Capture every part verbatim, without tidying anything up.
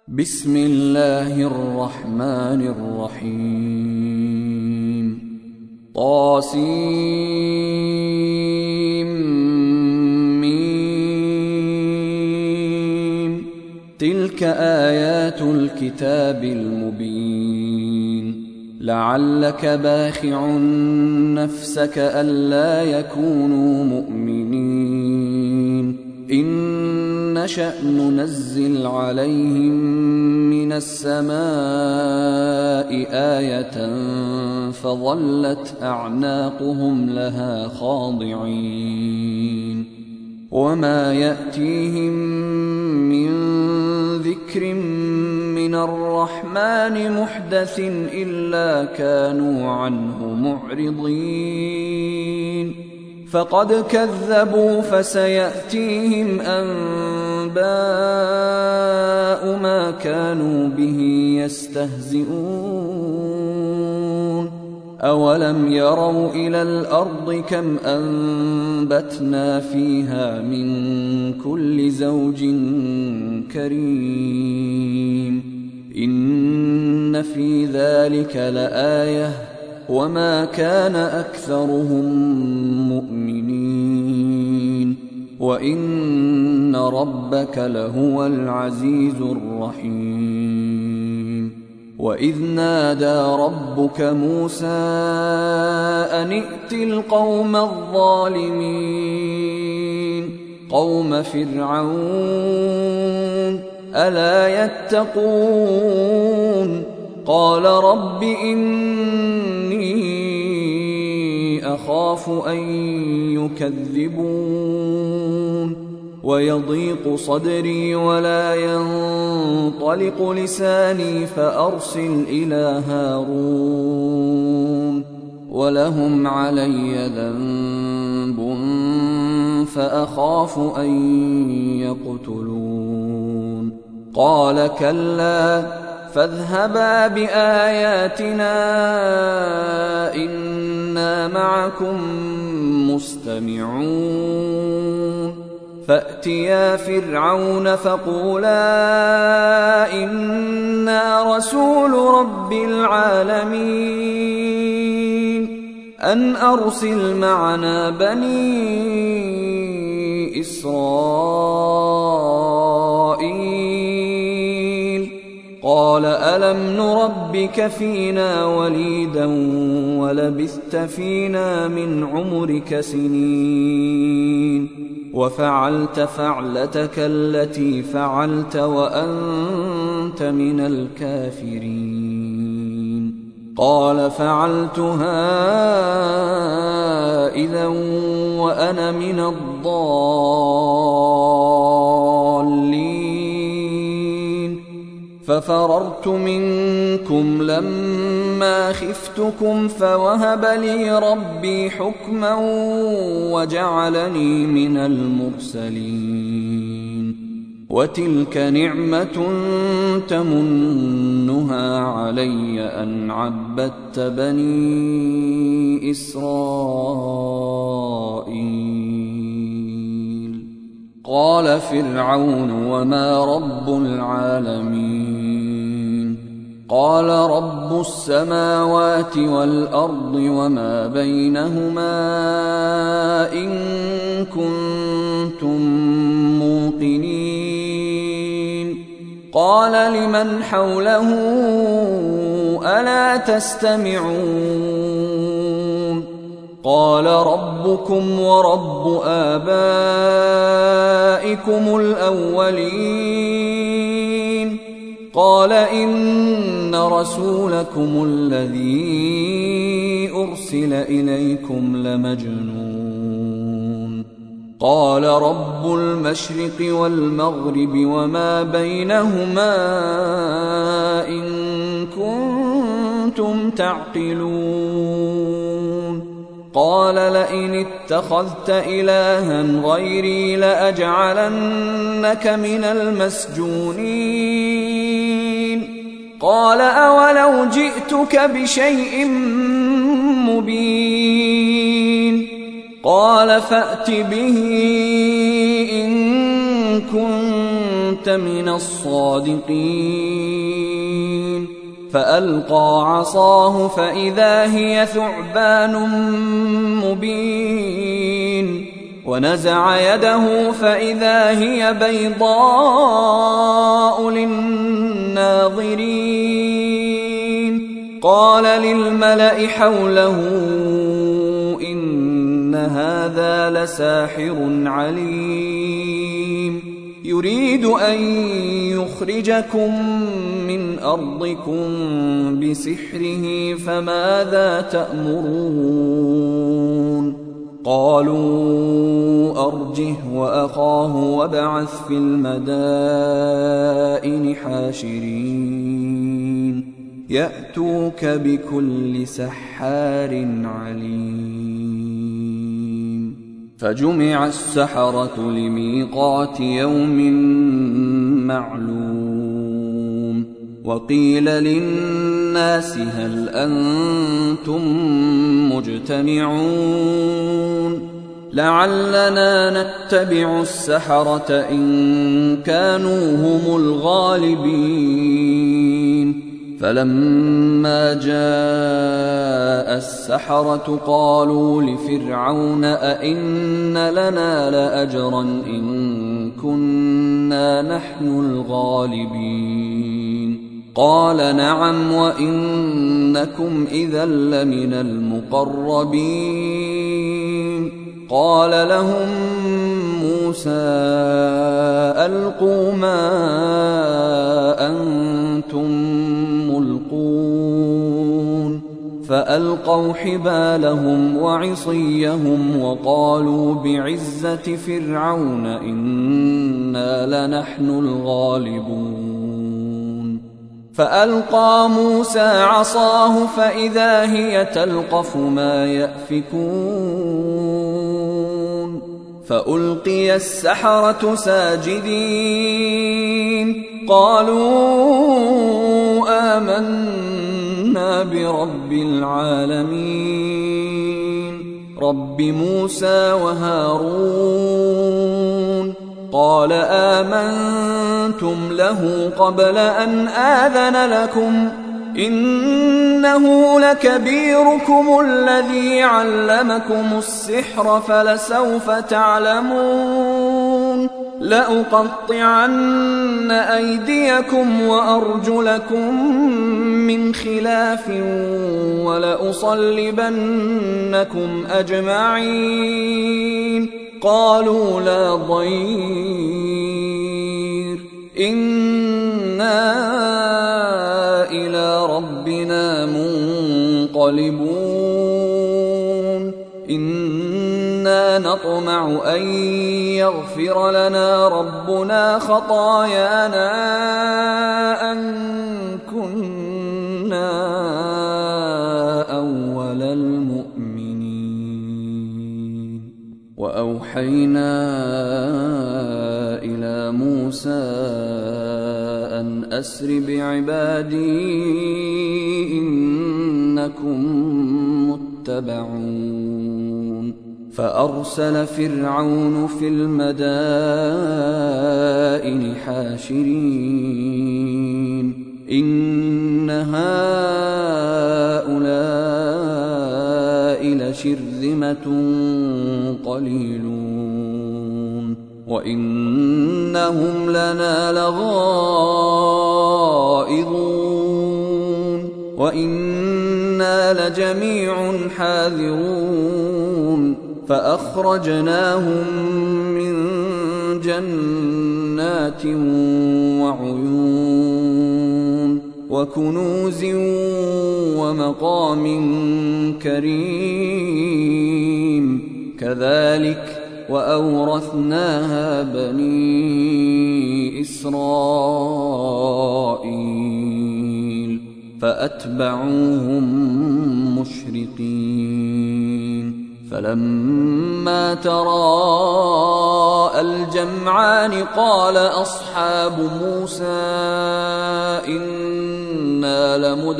بسم الله الرحمن الرحيم. طاسيم. تلك آيات الكتاب المبين. لعلك باخع نفسك ألا يكونوا مؤمنين إن نشأ ننزل عليهم من السماء آية فظلت أعناقهم لها خاضعين وما يأتيهم من ذكر من الرحمن محدث إلا كانوا عنه معرضين فقد كذبوا فسيأتيهم أنباء ما كانوا به يستهزئون أولم يروا إلى الأرض كم أنبتنا فيها من كل زوج كريم إن في ذلك لآية وما كان أكثرهم مؤمنين وإن ربك لهو العزيز الرحيم. وإذ نادى ربك موسى أن ائت القوم الظالمين قوم فرعون ألا يتقون قال رب إني أخاف أن يكذبون ويضيق صدري ولا ينطلق لساني فأرسل إلى هارون ولهم علي ذنب فأخاف أن يقتلون قال كلا فاذهبا بآياتنا إنا معكم مستمعون فأتيا فرعون فقولا إنا رسول رب العالمين أن أرسل معنا بني إسرائيل قال ألم نربك فينا وليدا ولبثت فينا من عمرك سنين وفعلت فعلتك التي فعلت وأنت من الكافرين قال فعلتها إذا وأنا من الضالين ففررت منكم لما خفتكم فوهب لي ربي حكما وجعلني من المرسلين وتلك نعمة تمنها علي أن عبدت بني إسرائيل قال فرعون وما رب العالمين قال رب السماوات والأرض وما بينهما إن كنتم موقنين قال لمن حوله ألا تستمعون قال ربكم ورب آبائكم الأولين قال إن رسولكم الذي أرسل إليكم لمجنون قال رب المشرق والمغرب وما بينهما إن كنتم تعقلون قال لئن اتخذت إلها غيري لأجعلنك من المسجونين قال أولو جئتك بشيء مبين قال فأت به إن كنت كنت من الصادقين فألقى عصاه فإذا هي ثعبان مبين ونزع يده فإذا هي بيضاء للناظرين قال للملأ حوله إن هذا لساحر عليم يريد أن يخرجكم من أرضكم بسحره فماذا تأمرون قالوا أرجه وأخاه وابعث في المدائن حاشرين يأتوك بكل سحار عليم فجمع السحرة لميقات يوم معلوم وقيل للناس هل أنتم مجتمعون لعلنا نتبع السحرة إن كانوا هم الغالبين فلما جاء السحرة قالوا لفرعون أئن لنا لأجرا إن كنا نحن الغالبين قال نعم وإنكم إذا لمن المقربين قال لهم موسى ألقوا ما أنتم ملقون فألقوا حبالهم وعصيهم وقالوا بعزة فرعون إنا لنحن الغالبون فألقى موسى عصاه فإذا هي تلقف ما يأفكون فألقي السحرة ساجدين قالوا آمنا برب العالمين رب موسى وهارون قال آمنتم له قبل أن آذن لكم إنه لكبيركم الذي علمكم السحر فلسوف تعلمون لأقطعن أيديكم وأرجلكم من خلاف ولأصلبنكم أجمعين قالوا لا ضير إنا إلى ربنا منقلبون إنا نطمع أن يغفر لنا ربنا خطايانا أن كنا أول المؤمنين وأوحينا إلى موسى أن أسر بعبادي إنكم متبعون فأرسل فرعون في المدائن حاشرين إن هؤلاء لشرذمة قليلون وإنهم لنا لغائظون وإنا لجميع حاذرون فأخرجناهم من جنات وعيون وكنوز ومقام كريم كذلك وأورثناها بني إسرائيل فأتبعوهم مشرقين فلما تراءى الجمعان قال أصحاب موسى إنا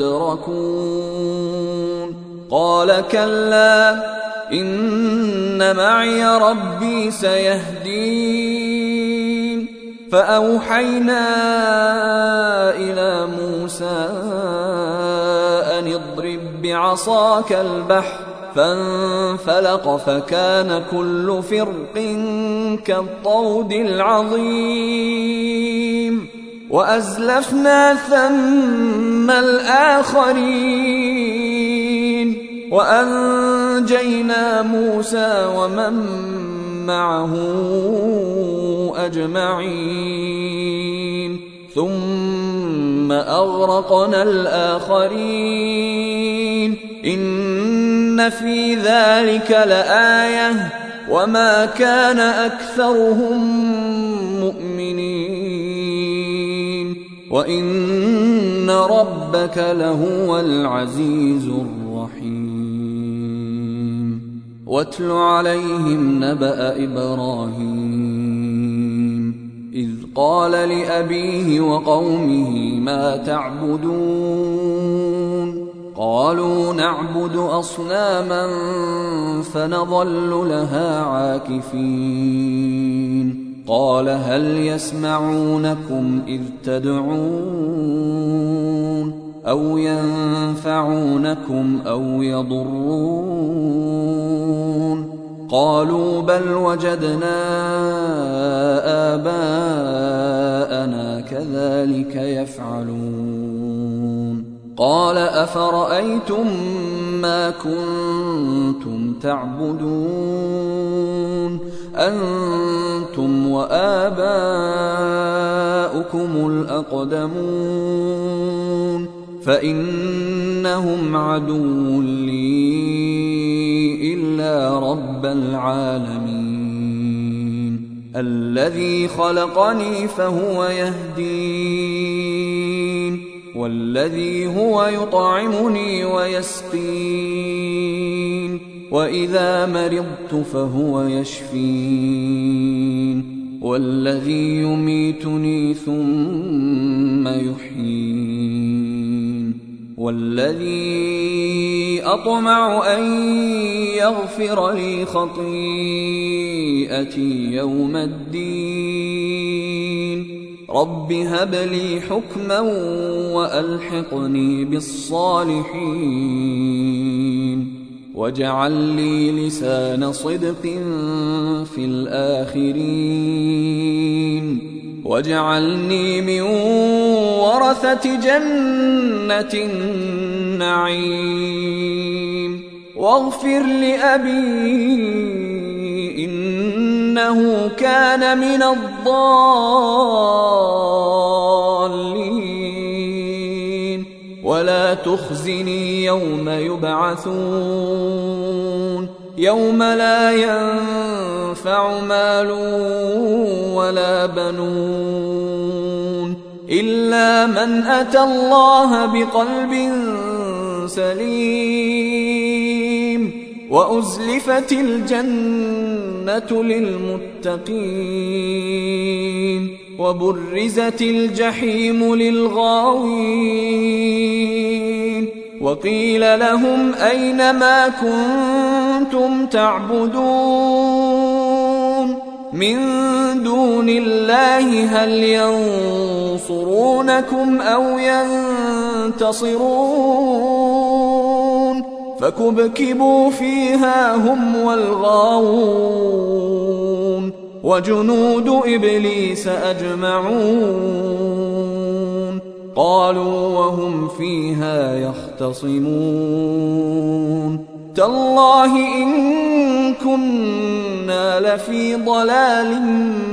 لمدركون قال كلا إن معي ربي سيهدين فأوحينا إلى موسى أن اضرب بعصاك البحر فانفلق فكان كل فرق كالطود العظيم وأزلفنا ثم الآخرين وأنجينا موسى ومن معه أجمعين ثم أغرقنا الآخرين إن في ذلك لآية وما كان أكثرهم مؤمنين وإن ربك لهو العزيز الرحيم واتل عليهم نبأ إبراهيم إذ قال لأبيه وقومه ما تعبدون قالوا نعبد أصناما فنظل لها عاكفين قال هل يسمعونكم إذ تدعون أو ينفعونكم أو يضرون قالوا بل وجدنا آباءنا كذلك يفعلون قال أفرأيتم ما كنتم تعبدون أنتم وآباؤكم الأقدمون فإنهم عدو لي إلا رب العالمين الذي خلقني فهو يهدين والذي هو يطعمني ويسقين وإذا مرضت فهو يشفين والذي يميتني ثم يحيين والذي أطمع أن يغفر لي خطيئتي يوم الدين رب هب لي حكما وألحقني بالصالحين واجعل لي لسان صدق في الآخرين واجعلني من ورثة جنة النعيم واغفر لأبي إنه كان من الضالين ولا تخزني يوم يبعثون يوم لا ينفع مال ولا بنون إلا من أتى الله بقلب سليم وأزلفت الجنة للمتقين وبرزت الجحيم للغاوين وقيل لهم أين ما كنتم تعبدون من دون الله هل ينصرونكم أو ينتصرون فكبكبوا فيها هم والغاوون وجنود إبليس أجمعون قالوا وهم فيها يختصمون تالله إن كنا لفي ضلال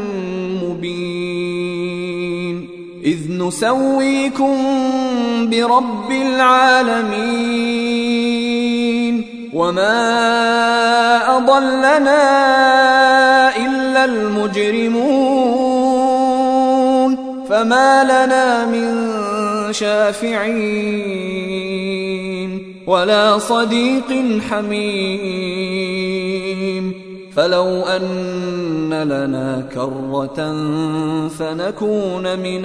مبين إذ نسويكم برب العالمين وما أضلنا إلا المجرمون فما لنا من شافعين ولا صديق حميم فلو أن لنا كرة فنكون من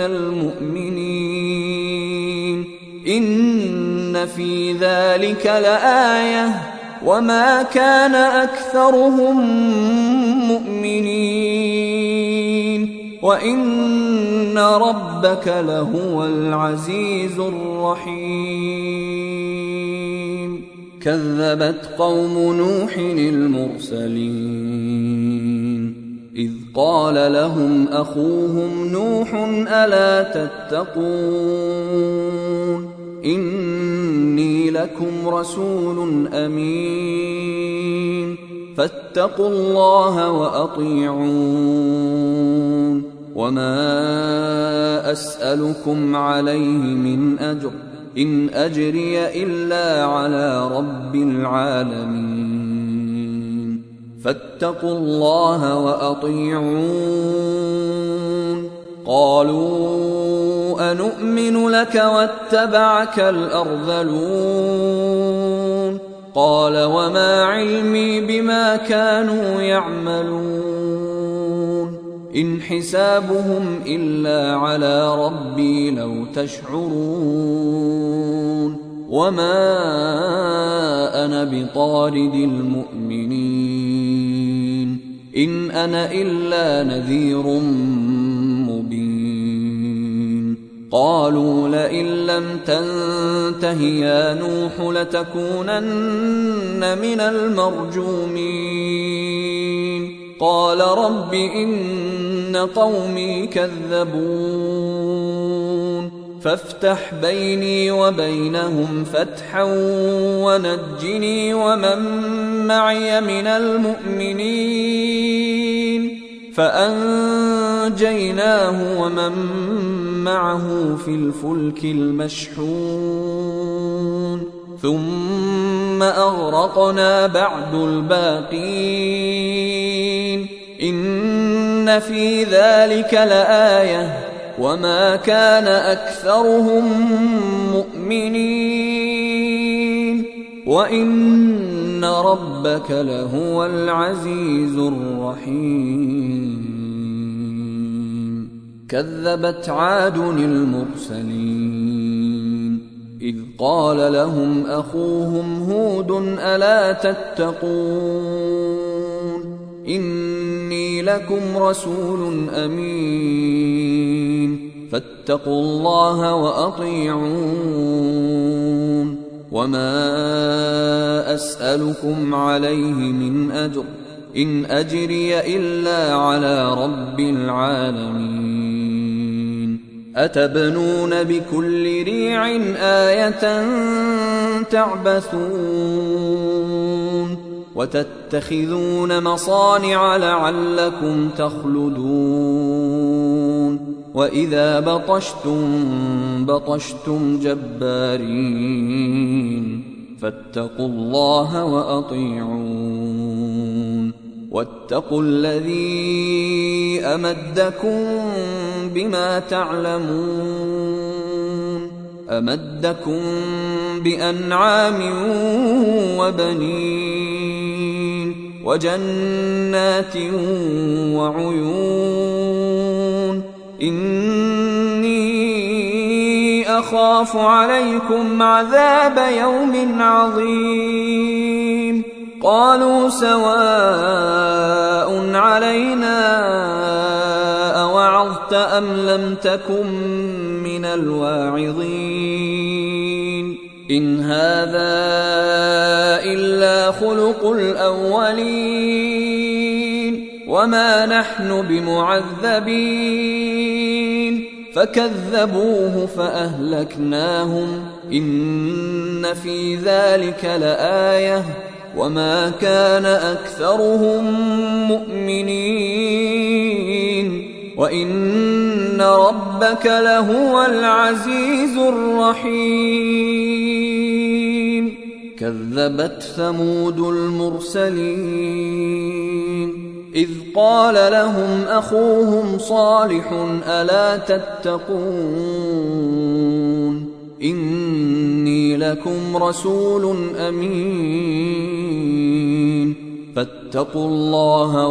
المؤمنين إن في ذلك لآية وما كان أكثرهم مؤمنين وإن ربك لهو العزيز الرحيم كذبت قوم نوح المرسلين إذ قال لهم أخوهم نوح ألا تتقون إني لكم رسول أمين فاتقوا الله وأطيعون وما أسألكم عليه من أجر إن أجري إلا على رب العالمين فاتقوا الله وأطيعون قالوا أنؤمن لك واتبعك الأرذلون قال وما علمي بما كانوا يعملون إن حسابهم إلا على ربي لو تشعرون وما أنا بطارد المؤمنين إن أنا إلا نذير مبين قالوا لئن لم تنته يا نوح لتكونن من المرجومين قال رب إن قومي كذبون فافتح بيني وبينهم فتحا ونجني ومن معي من المؤمنين فأنجيناه ومن معه في الفلك المشحون ثم أغرقنا بعد الباقين إن في ذلك لآية وما كان أكثرهم مؤمنين وإن ربك لهو العزيز الرحيم كذبت عاد المرسلين إذ قال لهم أخوهم هود ألا تتقون إني لكم رسول أمين فاتقوا الله وأطيعون وما أسألكم عليه من أجر إن أجري إلا على رب العالمين أتبنون بكل ريع آية تعبثون وتتخذون مصانع لعلكم تخلدون وإذا بطشتم بطشتم جبارين فاتقوا الله وأطيعون واتقوا الذي أمدكم بما تعلمون أمدكم بأنعام وبنين وجنات وعيون إني أخاف عليكم عذاب يوم عظيم قالوا سواء علينا أوعظت أم لم تكن من الواعظين إن هذا إلا خلق الأولين وما نحن بمعذبين فكذبوه فأهلكناهم إن في ذلك لآية وما كان أكثرهم مؤمنين وإن ربك لهو العزيز الرحيم كذبت ثمود المرسلين إذ قال لهم أخوهم صالح ألا تتقون إني لكم رسول أمين فاتقوا الله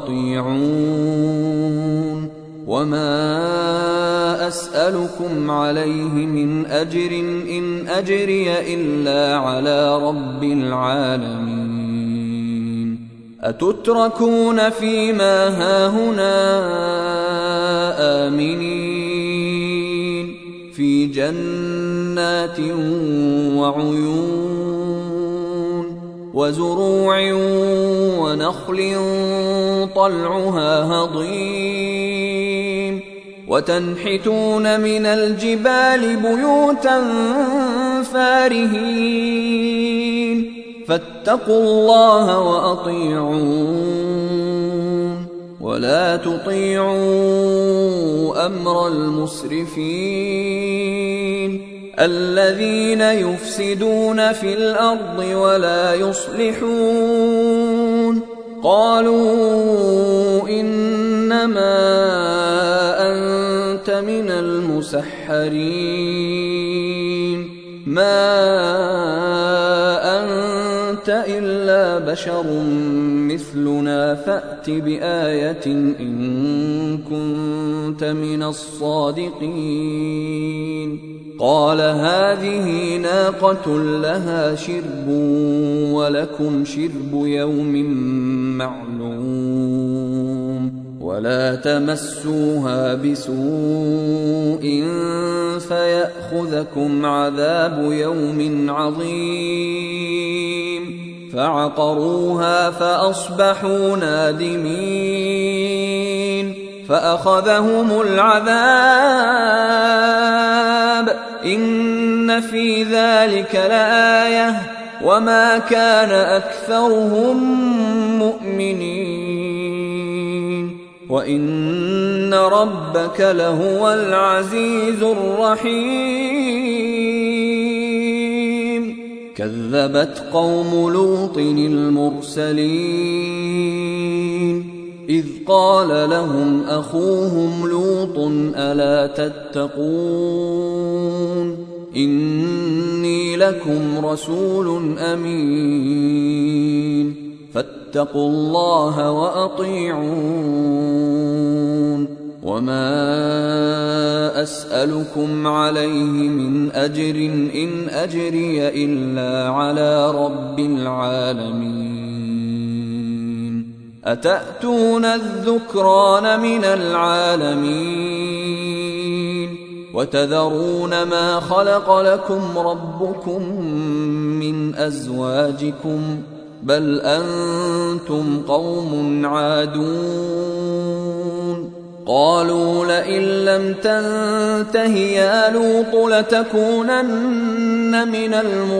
وأطيعون وما أسألكم عليه من أجر إن أجري إلا على رب العالمين أتتركون فيما هاهنا آمنين في جنات وعيون وزروع ونخل طلعها هضيم وتنحتون من الجبال بيوتا فارهين فاتقوا الله وأطيعون ولا تطيعوا أمر المسرفين الذين يفسدون في الأرض ولا يصلحون قالوا إنما أنت من المسحرين ما أنت إلا بشر مثلنا فأت بآية إن كنت من الصادقين قال هذه ناقة لها شرب ولكم شرب يوم معلوم ولا تمسوها بسوء فيأخذكم عذاب يوم عظيم فعقروها فأصبحوا نادمين فأخذهم العذاب إن في ذلك لآية وما كان أكثرهم مؤمنين وإن ربك لهو العزيز الرحيم كذبت قوم لوط المرسلين إذ قال لهم أخوهم لوط ألا تتقون إني لكم رسول أمين فاتقوا الله وأطيعون وما أسألكم عليه من أجر إن أجري إلا على رب العالمين أتأتون الذكران من العالمين وتذرون ما خلق لكم ربكم من أزواجكم بل أنتم قوم عادون قالوا لئن لم تنته يا لوط لتكونن من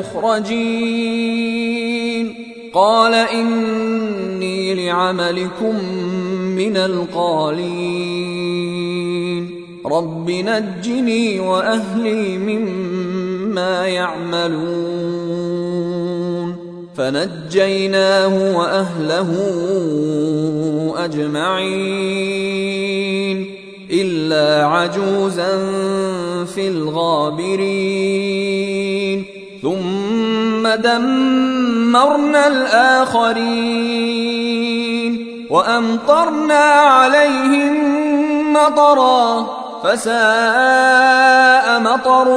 المخرجين قال إني لعملكم من القالين رب نجني وأهلي مما يعملون فنجيناه وأهله أجمعين إلا عجوزا في الغابرين ثم دمرنا الآخرين وأمطرنا عليهم مطرا فساء مطر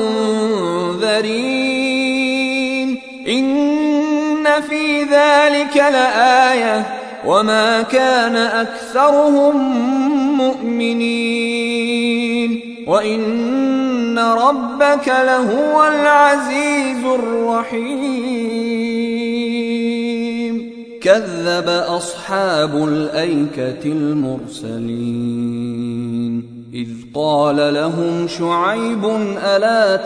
المنذرين إن في ذلك لآية وما كان أكثرهم مؤمنين وإن ربك لهو العزيز الرحيم كذب أصحاب الأيكة المرسلين إذ قال لهم شعيب ألا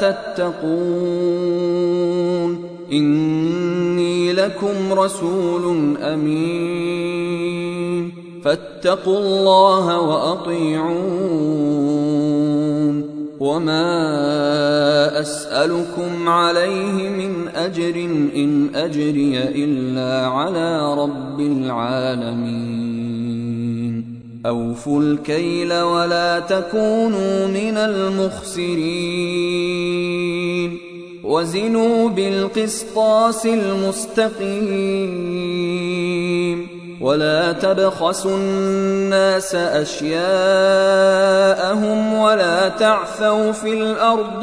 تتقون إني لكم رسول أمين فاتقوا الله وأطيعون وما أسألكم عليه من أجر إن أجري إلا على رب العالمين أوفوا الكيل ولا تكونوا من المخسرين وزنوا بالقسطاس المستقيم ولا تبخسوا الناس أشياءهم ولا تعثوا في الأرض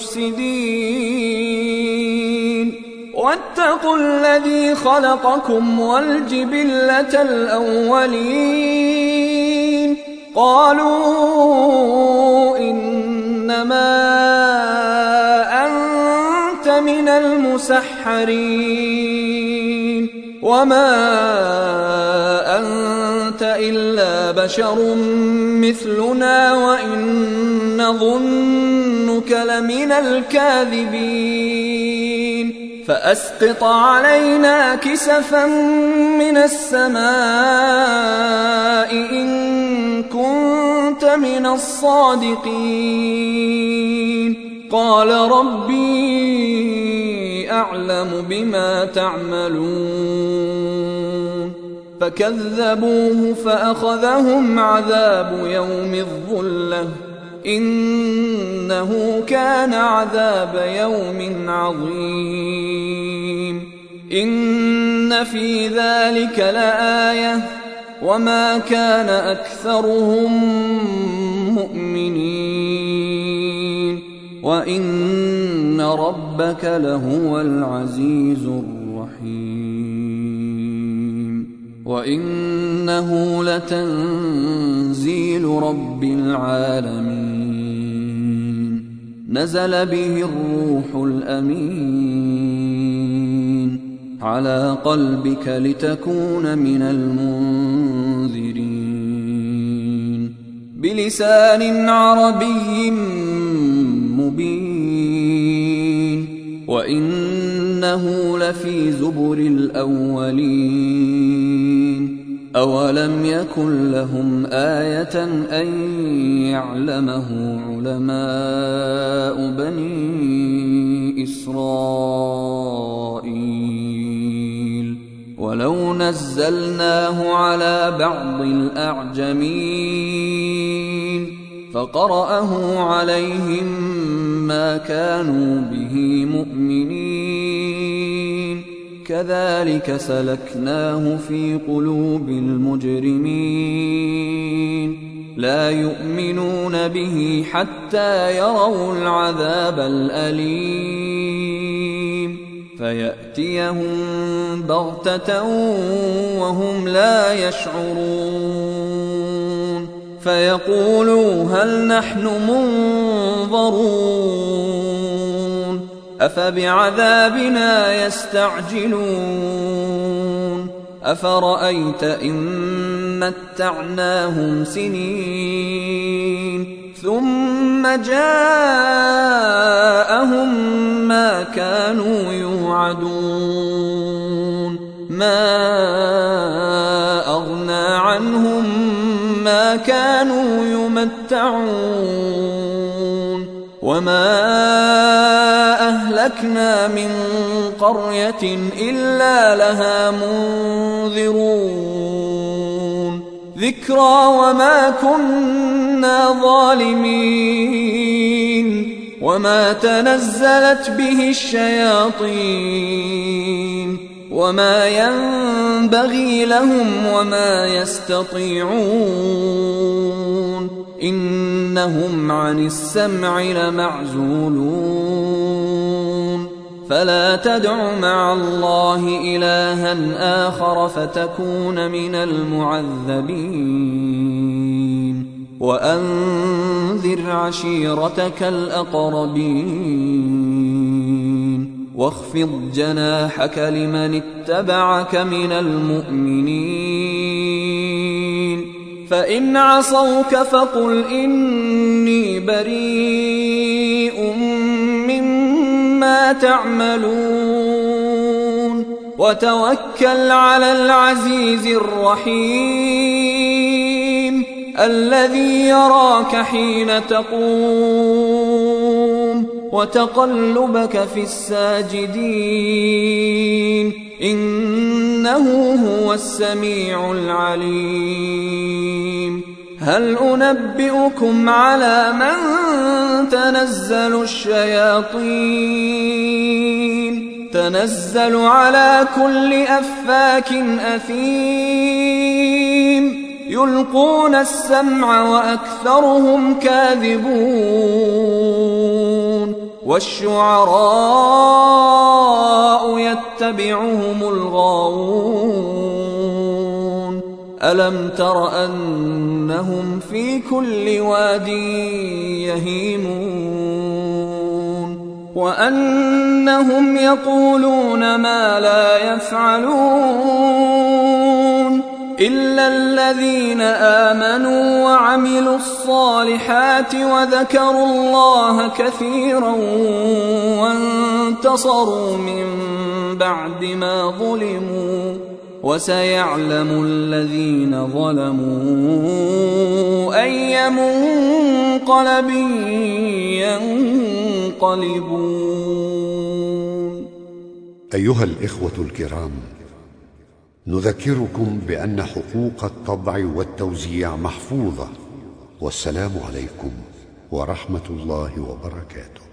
مفسدين واتقوا الذي خلقكم والجبلة الأولين قالوا إنما أنت من المسحرين وما أنت إلا بشر مثلنا وإن نظنك لمن الكاذبين فأسقط علينا كسفا من السماء إن كنت من الصادقين قال ربي أعلم بما تعملون فكذبوه فأخذهم عذاب يوم الظلة إنه كان عذاب يوم عظيم إن في ذلك لآية وما كان أكثرهم مؤمنين وإن ربك لهو العزيز الرحيم وإنه لتنزيل رب العالمين نزل به الروح الأمين على قلبك لتكون من المنذرين بلسان عربي مبين وإنه لفي زبر الأولين أولم يكن لهم آية أن يعلمه علماء بني إسرائيل ولو نزلناه على بعض الأعجمين فقرأه عليهم ما كانوا به مؤمنين كذلك سلكناه في قلوب المجرمين لا يؤمنون به حتى يروا العذاب الأليم فيأتيهم بغتة وهم لا يشعرون فيقولوا هل نحن منظرون أفبعذابنا يستعجلون أفرأيت إن متعناهم سنين ثم جاءهم ما كانوا يوعدون ما أغنى عنهم ما كانوا يمتعون وما أهلكنا من قرية إلا لها منذرون ذكرى وما كنا ظالمين وما تنزلت به الشياطين وما ينبغي لهم وما يستطيعون إنهم عن السمع لمعزولون فلا تدع مع الله إلها آخر فتكون من المعذبين وأنذر عشيرتك الأقربين واخفض جناحك لمن اتبعك من المؤمنين فإن عصوك فقل إني بريء مما تعملون وتوكل على العزيز الرحيم الذي يراك حين تقوم وتقلبك في الساجدين إنه هو السميع العليم هل أنبئكم على من تنزل الشياطين تنزل على كل أفاك أثيم يلقون السمع وأكثرهم كاذبون والشعراء يتبعهم الغاوون ألم تر أنهم في كل واد يهيمون وأنهم يقولون ما لا يفعلون إلا الذين آمنوا وعملوا الصالحات وذكروا الله كثيرا وانتصروا من بعد ما ظلموا وسيعلم الذين ظلموا أي منقلب ينقلبون. أيها الإخوة الكرام، نذكركم بأن حقوق الطبع والتوزيع محفوظة، والسلام عليكم ورحمة الله وبركاته.